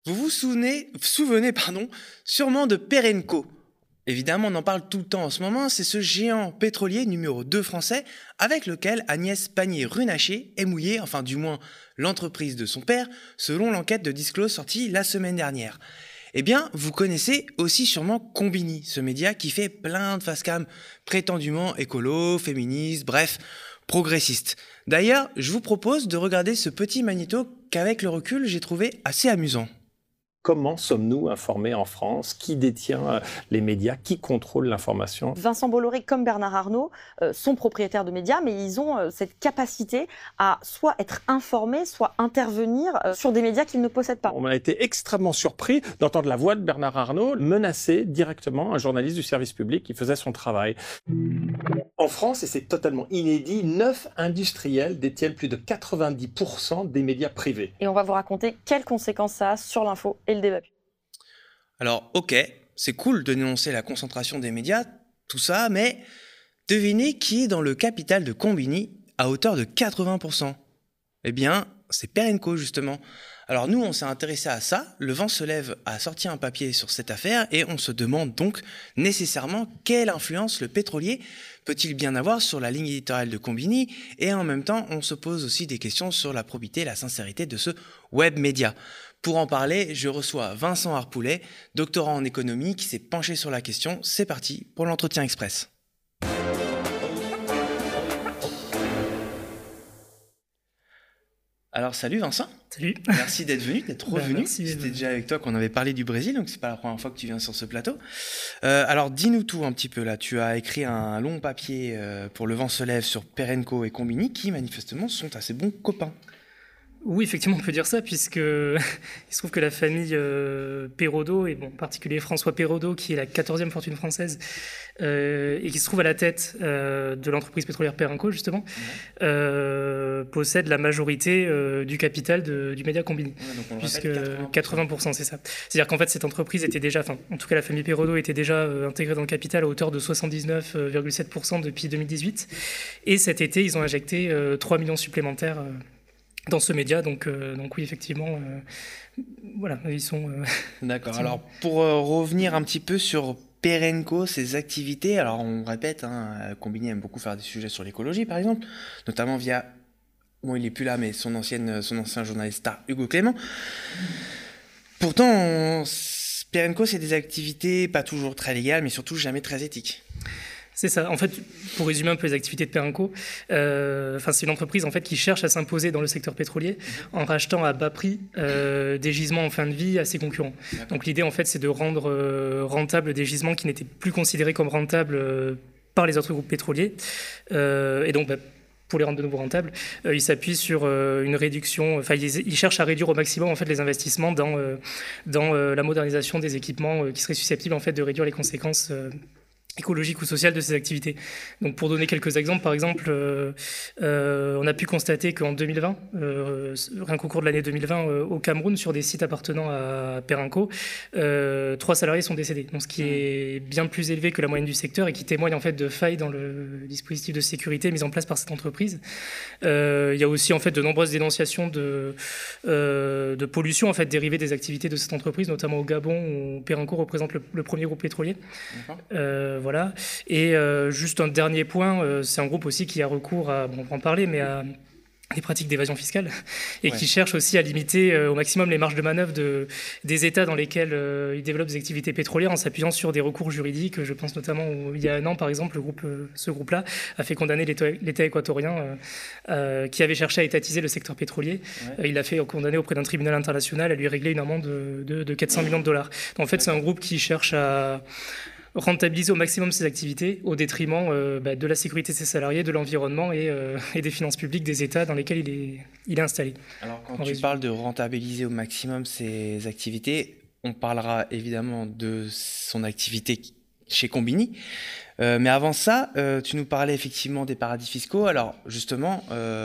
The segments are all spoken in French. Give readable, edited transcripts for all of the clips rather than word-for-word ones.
Vous vous souvenez, sûrement de Perenco. Évidemment, on en parle tout le temps en ce moment, c'est ce géant pétrolier numéro 2 français avec lequel Agnès Pannier-Runacher est mouillée, enfin du moins l'entreprise de son père, selon l'enquête de Disclose sortie la semaine dernière. Eh bien, vous connaissez aussi sûrement Combini, ce média qui fait plein de face-cam, prétendument écolo, féministe, bref, progressiste. D'ailleurs, je vous propose de regarder ce petit magnéto qu'avec le recul, j'ai trouvé assez amusant. Comment sommes-nous informés en France? Qui détient les médias? Qui contrôle l'information? Vincent Bolloré comme Bernard Arnault sont propriétaires de médias, mais ils ont cette capacité à soit être informés, soit intervenir sur des médias qu'ils ne possèdent pas. On a été extrêmement surpris d'entendre la voix de Bernard Arnault menacer directement un journaliste du service public qui faisait son travail. En France, et c'est totalement inédit, 9 industriels détiennent plus de 90% des médias privés. Et on va vous raconter quelles conséquences ça a sur l'info et le débat. Alors, ok, c'est cool de dénoncer la concentration des médias, tout ça, mais devinez qui est dans le capital de Combini à hauteur de 80%? Eh bien, c'est Perenco, justement. Alors nous, on s'est intéressé à ça, Le Vent se lève a sorti un papier sur cette affaire et on se demande donc nécessairement quelle influence le pétrolier peut-il bien avoir sur la ligne éditoriale de Combini, et en même temps, on se pose aussi des questions sur la probité et la sincérité de ce web média. Pour en parler, je reçois Vincent Harpoulet, doctorant en économie qui s'est penché sur la question. C'est parti pour l'entretien express. Alors salut Vincent. Salut. Merci d'être venu, d'être revenu. Merci. C'était déjà avec toi qu'on avait parlé du Brésil, donc c'est pas la première fois que tu viens sur ce plateau. Alors dis-nous tout un petit peu là. Tu as écrit un long papier pour Le Vent se lève sur Perenco et Combini qui manifestement sont assez bons copains. Oui, effectivement, on peut dire ça, puisque il se trouve que la famille Perraudot, et bon, en particulier François Perraudot, qui est la 14e fortune française, et qui se trouve à la tête de l'entreprise pétrolière Perenco, justement, possède la majorité du capital du média Combini. Ouais, donc on le Puisque répète, 80%, c'est ça. C'est-à-dire qu'en fait, cette entreprise était déjà, enfin, en tout cas, la famille Perraudot était déjà intégrée dans le capital à hauteur de 79,7% depuis 2018. Et cet été, ils ont injecté 3 millions supplémentaires dans ce média, donc oui, effectivement, voilà, ils sont... D'accord, alors pour revenir un petit peu sur Perenco, ses activités, alors on répète, Combini aime beaucoup faire des sujets sur l'écologie par exemple, notamment via, bon il est plus là, mais son ancien journaliste star, Hugo Clément. Pourtant, Perenco c'est des activités pas toujours très légales, mais surtout jamais très éthiques. C'est ça. En fait, pour résumer un peu les activités de Perenco, c'est une entreprise en fait qui cherche à s'imposer dans le secteur pétrolier en rachetant à bas prix des gisements en fin de vie à ses concurrents. Donc l'idée en fait, c'est de rendre rentables des gisements qui n'étaient plus considérés comme rentables par les autres groupes pétroliers. Et donc pour les rendre de nouveau rentables, ils s'appuient sur une réduction. Enfin, ils cherchent à réduire au maximum en fait les investissements dans la modernisation des équipements qui seraient susceptibles en fait de réduire les conséquences écologique ou sociale de ces activités. Donc pour donner quelques exemples, par exemple, on a pu constater qu'en 2020, rien qu'au cours de l'année 2020, au Cameroun, sur des sites appartenant à Perenco, 3 salariés sont décédés, donc ce qui est bien plus élevé que la moyenne du secteur et qui témoigne en fait de failles dans le dispositif de sécurité mis en place par cette entreprise. Il y a aussi en fait de nombreuses dénonciations de pollution en fait dérivées des activités de cette entreprise, notamment au Gabon où Perenco représente le premier groupe pétrolier. Voilà. Et juste un dernier point, c'est un groupe aussi qui a recours à, bon, on va en parler, mais à des pratiques d'évasion fiscale et qui cherche aussi à limiter au maximum les marges de manœuvre des États dans lesquels ils développent des activités pétrolières en s'appuyant sur des recours juridiques. Je pense notamment il y a un an, par exemple, ce groupe-là a fait condamner l'État équatorien qui avait cherché à étatiser le secteur pétrolier. Il l'a fait condamner auprès d'un tribunal international à lui régler une amende de 400 millions de dollars. Donc, en fait, c'est un groupe qui cherche à rentabiliser au maximum ses activités au détriment de la sécurité de ses salariés, de l'environnement et des finances publiques des États dans lesquels il est installé. Alors quand tu parles de rentabiliser au maximum ses activités, on parlera évidemment de son activité chez Combini. Mais avant ça, tu nous parlais effectivement des paradis fiscaux. Alors justement,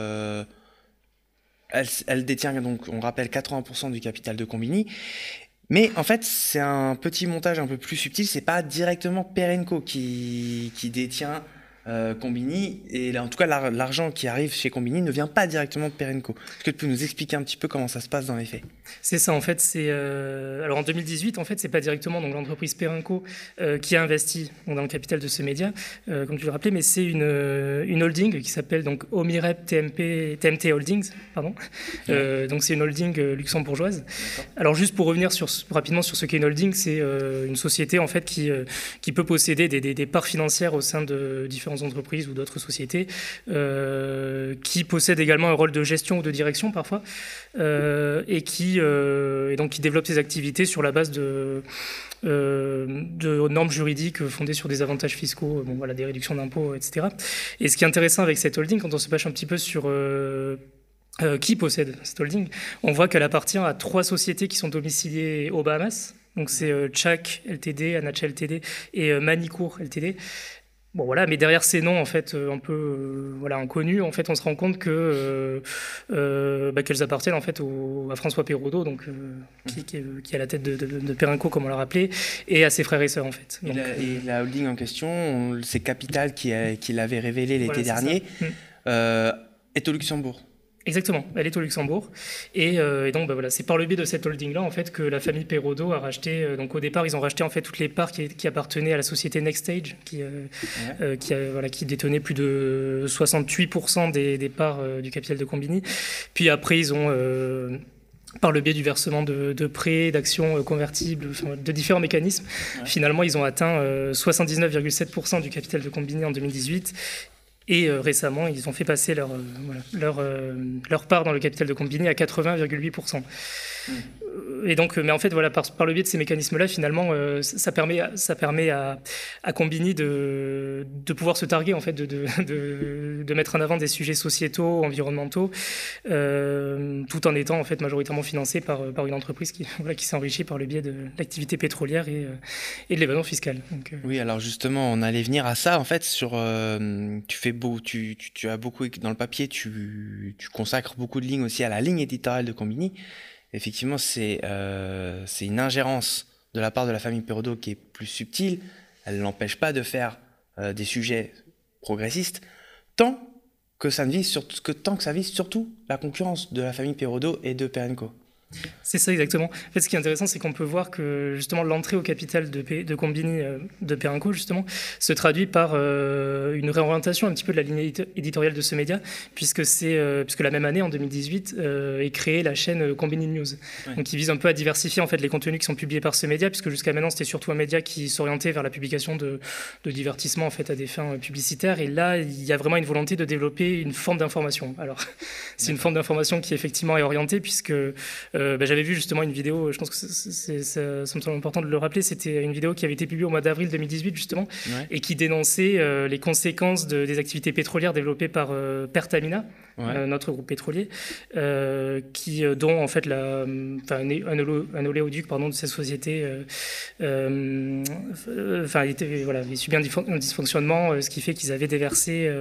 elle détient donc, on rappelle, 80% du capital de Combini. Mais en fait, c'est un petit montage un peu plus subtil. C'est pas directement Perenco qui détient Combini, et là, en tout cas l'argent qui arrive chez Combini ne vient pas directement de Perenco. Est-ce que tu peux nous expliquer un petit peu comment ça se passe dans les faits? C'est ça, en fait, alors en 2018, en fait, c'est pas directement donc l'entreprise Perenco qui a investi donc, dans le capital de ce média, comme tu le rappelais, mais c'est une holding qui s'appelle donc Omirep TMT Holdings, pardon. Donc c'est une holding luxembourgeoise. Alors juste pour revenir rapidement sur ce qu'est une holding, c'est une société en fait qui peut posséder des parts financières au sein de différentes entreprises ou d'autres sociétés, qui possèdent également un rôle de gestion ou de direction parfois, et donc qui développe ses activités sur la base de normes juridiques fondées sur des avantages fiscaux, des réductions d'impôts, etc. Et ce qui est intéressant avec cette holding, quand on se penche un petit peu sur qui possède cette holding, on voit qu'elle appartient à 3 sociétés qui sont domiciliées aux Bahamas. Donc c'est Chak Ltd, Anacha Ltd et Manicourt Ltd. Bon voilà, mais derrière ces noms en fait un peu inconnus, en fait on se rend compte que qu'elles appartiennent en fait à François Pérodeau, donc qui est à la tête de Perenco comme on l'a rappelé, et à ses frères et sœurs en fait. Donc, et la holding en question, c'est Capital qui l'avait révélé l'été dernier, est au Luxembourg. Exactement, elle est au Luxembourg. Et donc, c'est par le biais de cette holding-là en fait, que la famille Pérodeau a racheté. Donc, au départ, ils ont racheté en fait, toutes les parts qui appartenaient à la société Nextage, qui détenait plus de 68% des parts du capital de Combini. Puis après, ils ont... par le biais du versement de prêts, d'actions convertibles, de différents mécanismes, finalement, ils ont atteint 79,7% du capital de Combini en 2018. Et récemment, ils ont fait passer leur part dans le capital de Combini à 80,8%. Et donc, mais en fait, par le biais de ces mécanismes-là, finalement, ça permet à Combini de pouvoir se targuer, en fait, de mettre en avant des sujets sociétaux, environnementaux, tout en étant en fait majoritairement financé par une entreprise qui s'est enrichie par le biais de l'activité pétrolière et de l'évasion fiscale. Donc, Oui, alors justement, on allait venir à ça, en fait, sur tu as beaucoup dans le papier, tu consacres beaucoup de lignes aussi à la ligne éditoriale de Combini. Effectivement, c'est une ingérence de la part de la famille Pérodeau qui est plus subtile. Elle ne l'empêche pas de faire des sujets progressistes, tant que ça vise surtout la concurrence de la famille Pérodeau et de Perenco. C'est ça exactement. En fait, ce qui est intéressant, c'est qu'on peut voir que justement l'entrée au capital de Combini de Perenco justement se traduit par une réorientation un petit peu de la ligne éditoriale de ce média, puisque la même année, en 2018, est créée la chaîne Combini News, donc qui vise un peu à diversifier en fait les contenus qui sont publiés par ce média, puisque jusqu'à maintenant c'était surtout un média qui s'orientait vers la publication de divertissement en fait à des fins publicitaires, et là il y a vraiment une volonté de développer une forme d'information. Alors c'est une forme d'information qui effectivement est orientée, puisque j'avais vu justement une vidéo, je pense que ça me semble important de le rappeler, c'était une vidéo qui avait été publiée au mois d'avril 2018 justement, et qui dénonçait les conséquences des activités pétrolières développées par Pertamina, notre groupe pétrolier, dont en fait un oléoduc de cette société il subit un dysfonctionnement, ce qui fait qu'ils avaient déversé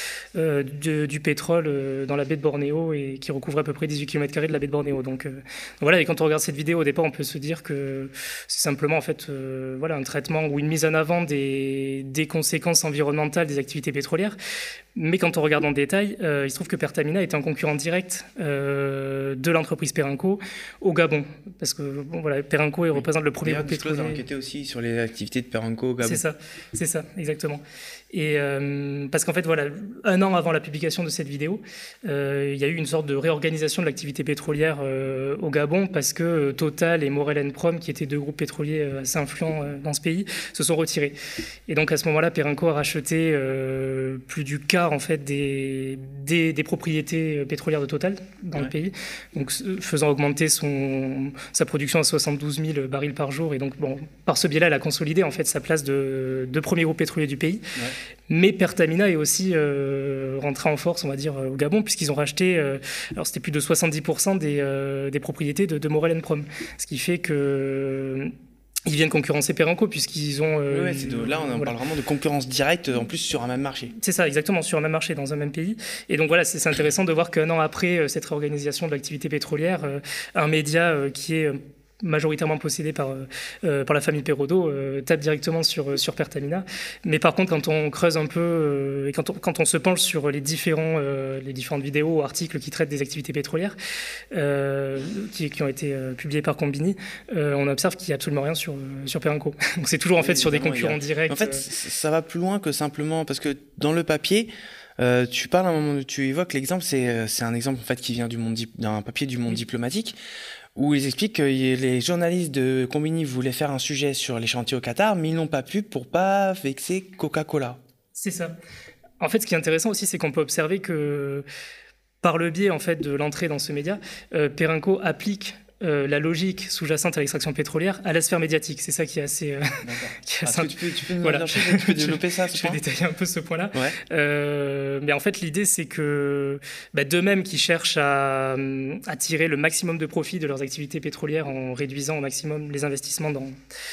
du pétrole dans la baie de Bornéo, et qui recouvrait à peu près 18 km² de la baie de Bornéo. Donc voilà, et quand on regarde cette vidéo, au départ, on peut se dire que c'est simplement en fait, un traitement ou une mise en avant des conséquences environnementales des activités pétrolières. Mais quand on regarde en détail, il se trouve que Pertamina est un concurrent direct de l'entreprise Perenco au Gabon, parce que Perenco représente le premier groupe pétrolier. D'ailleurs, enquêté aussi sur les activités de Perenco au Gabon. C'est ça, exactement. Et parce qu'en fait, un an avant la publication de cette vidéo, il y a eu une sorte de réorganisation de l'activité pétrolière au Gabon, parce que Total et Morel & Prom, qui étaient 2 groupes pétroliers assez influents dans ce pays, se sont retirés. Et donc à ce moment-là, Perenco a racheté plus du quart en fait des propriétés pétrolières de Total dans le pays, donc faisant augmenter sa production à 72 000 barils par jour. Et donc par ce biais-là, elle a consolidé en fait sa place de premier groupe pétrolier du pays. Mais Pertamina est aussi rentré en force, on va dire, au Gabon, puisqu'ils ont racheté, alors c'était plus de 70% des propriétés de Morel & Prom, ce qui fait que ils viennent concurrencer Perenco, puisqu'ils ont... là, on parle vraiment de concurrence directe, en plus sur un même marché. C'est ça, exactement, sur un même marché, dans un même pays. Et donc c'est intéressant de voir qu'un an après cette réorganisation de l'activité pétrolière, un média qui est majoritairement possédés par la famille Perrodo, tapent directement sur Pertamina. Mais par contre, quand on creuse un peu et quand on se penche sur les différentes vidéos ou articles qui traitent des activités pétrolières qui ont été publiés par Combini, on observe qu'il n'y a absolument rien sur Perenco. Donc c'est toujours en fait sur des concurrents directs. En fait, ça va plus loin que simplement parce que dans le papier, tu parles à un moment, tu évoques l'exemple, c'est un exemple en fait qui vient d'un papier du Monde diplomatique où ils expliquent que les journalistes de Combini voulaient faire un sujet sur les chantiers au Qatar, mais ils n'ont pas pu pour pas vexer Coca-Cola. C'est ça. En fait, ce qui est intéressant aussi, c'est qu'on peut observer que par le biais en fait de l'entrée dans ce média, Perenco applique la logique sous-jacente à l'extraction pétrolière à la sphère médiatique. C'est ça qui est assez... Tu peux développer ça, Je vais détailler un peu ce point-là. Ouais. Mais en fait, l'idée, c'est que d'eux-mêmes qui cherchent à tirer le maximum de profit de leurs activités pétrolières en réduisant au maximum les investissements dans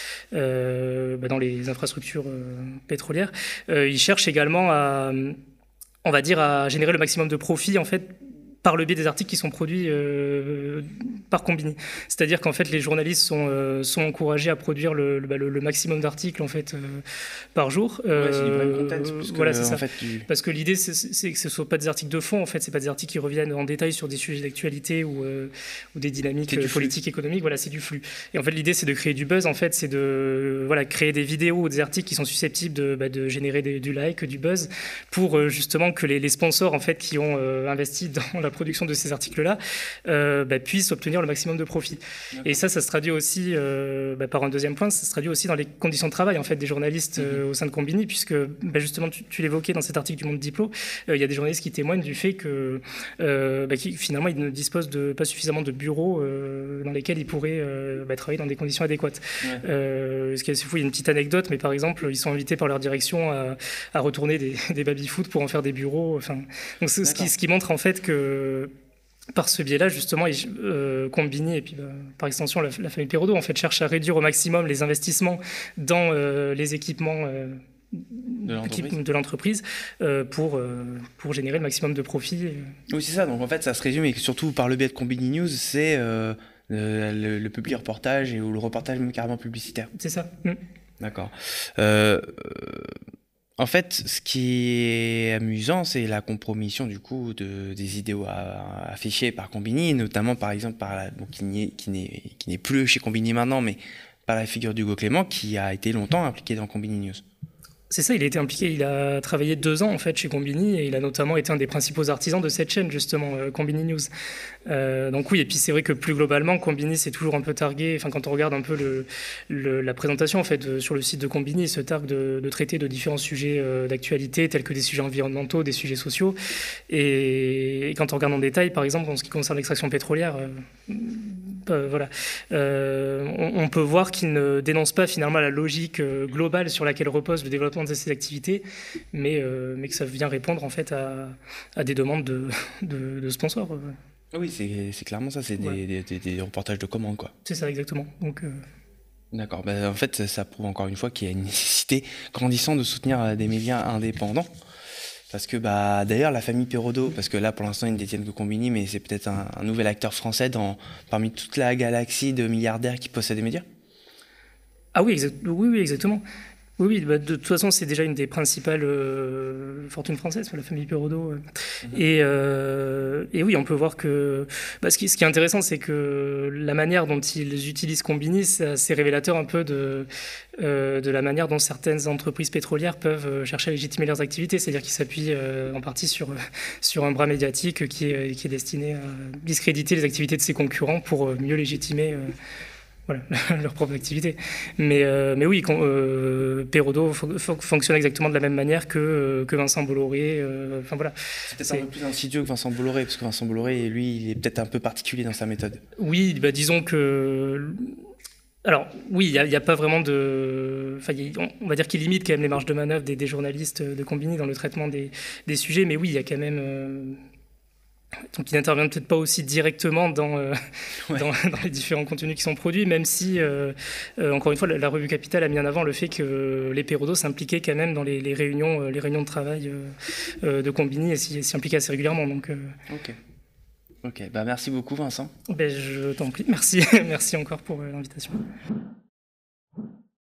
les infrastructures pétrolières, ils cherchent également à générer le maximum de profit, en fait, par le biais des articles qui sont produits par Combini. C'est-à-dire qu'en fait, les journalistes sont encouragés à produire le maximum d'articles en fait, par jour. C'est du prime content, plus que voilà, c'est ça. En fait, Parce que l'idée, c'est que ce ne soient pas des articles de fond, en fait, ce pas des articles qui reviennent en détail sur des sujets d'actualité ou des dynamiques politiques, économiques. Voilà, c'est du flux. Et en fait, l'idée, c'est de créer du buzz, en fait, c'est de créer des vidéos ou des articles qui sont susceptibles de générer du like, du buzz, pour justement que les sponsors, en fait, qui ont investi dans la production de ces articles-là puissent obtenir le maximum de profit. D'accord. Et ça se traduit aussi par un deuxième point, ça se traduit aussi dans les conditions de travail en fait des journalistes au sein de Combini, puisque justement tu l'évoquais dans cet article du Monde Diplo, il y a des journalistes qui témoignent du fait que finalement ils ne disposent pas suffisamment de bureaux dans lesquels ils pourraient travailler dans des conditions adéquates. Ce qui est assez fou, il y a une petite anecdote, mais par exemple ils sont invités par leur direction à retourner des baby-foot pour en faire des bureaux. Donc ce qui montre en fait que par ce biais-là, justement, Combini et puis par extension la famille Perrodo en fait cherche à réduire au maximum les investissements dans les équipements de l'entreprise pour générer le maximum de profit. Oui, c'est ça. Donc en fait, ça se résume et surtout par le biais de Combini News, c'est le public reportage ou le reportage même carrément publicitaire. C'est ça. D'accord. En fait, ce qui est amusant, c'est la compromission du coup des idéaux affichés par Combini, notamment par exemple qui n'est plus chez Combini maintenant, mais par la figure d'Hugo Clément, qui a été longtemps impliqué dans Combini News. C'est ça, il a été impliqué, il a travaillé 2 ans en fait chez Combini et il a notamment été un des principaux artisans de cette chaîne justement, Combini News. Donc oui, et puis c'est vrai que plus globalement, Combini c'est toujours un peu targué, quand on regarde un peu la présentation en fait sur le site de Combini, il se targue de traiter de différents sujets d'actualité tels que des sujets environnementaux, des sujets sociaux. Et quand on regarde en détail, par exemple en ce qui concerne l'extraction pétrolière, on peut voir qu'il ne dénonce pas finalement la logique globale sur laquelle repose le développement de ces activités, mais que ça vient répondre en fait à des demandes de sponsors. Oui, c'est clairement ça, c'est des reportages de commande, quoi. C'est ça, exactement. Donc, D'accord, en fait ça prouve encore une fois qu'il y a une nécessité grandissante de soutenir des médias indépendants. Parce que d'ailleurs la famille Perrodo, parce que là pour l'instant ils ne détiennent que Combini, mais c'est peut-être un nouvel acteur français parmi toute la galaxie de milliardaires qui possèdent des médias. Ah oui, oui, exactement. Oui, de toute façon, c'est déjà une des principales fortunes françaises, la famille Perrodo. Et oui, on peut voir que... ce qui est intéressant, c'est que la manière dont ils utilisent Combini, c'est assez révélateur un peu de la manière dont certaines entreprises pétrolières peuvent chercher à légitimer leurs activités. C'est-à-dire qu'ils s'appuient en partie sur un bras médiatique qui est destiné à discréditer les activités de ses concurrents pour mieux légitimer... leur propre activité. Mais oui, Perrodo fonctionne exactement de la même manière que Vincent Bolloré. C'est peut-être un peu plus insidieux que Vincent Bolloré, parce que Vincent Bolloré, lui, il est peut-être un peu particulier dans sa méthode. Oui, disons que... Alors, oui, il n'y a pas vraiment de... on va dire qu'il limite quand même les marges de manœuvre des journalistes de Combini dans le traitement des sujets, mais oui, il y a quand même... Donc, il n'intervient peut-être pas aussi directement dans les différents contenus qui sont produits, même si, encore une fois, la revue Capital a mis en avant le fait que les Perrodo s'impliquaient quand même dans les réunions de travail de Combini et s'y impliquaient assez régulièrement. Donc, Ok. Ok, bah merci beaucoup Vincent. Ben, je t'en prie. Merci, merci encore pour l'invitation.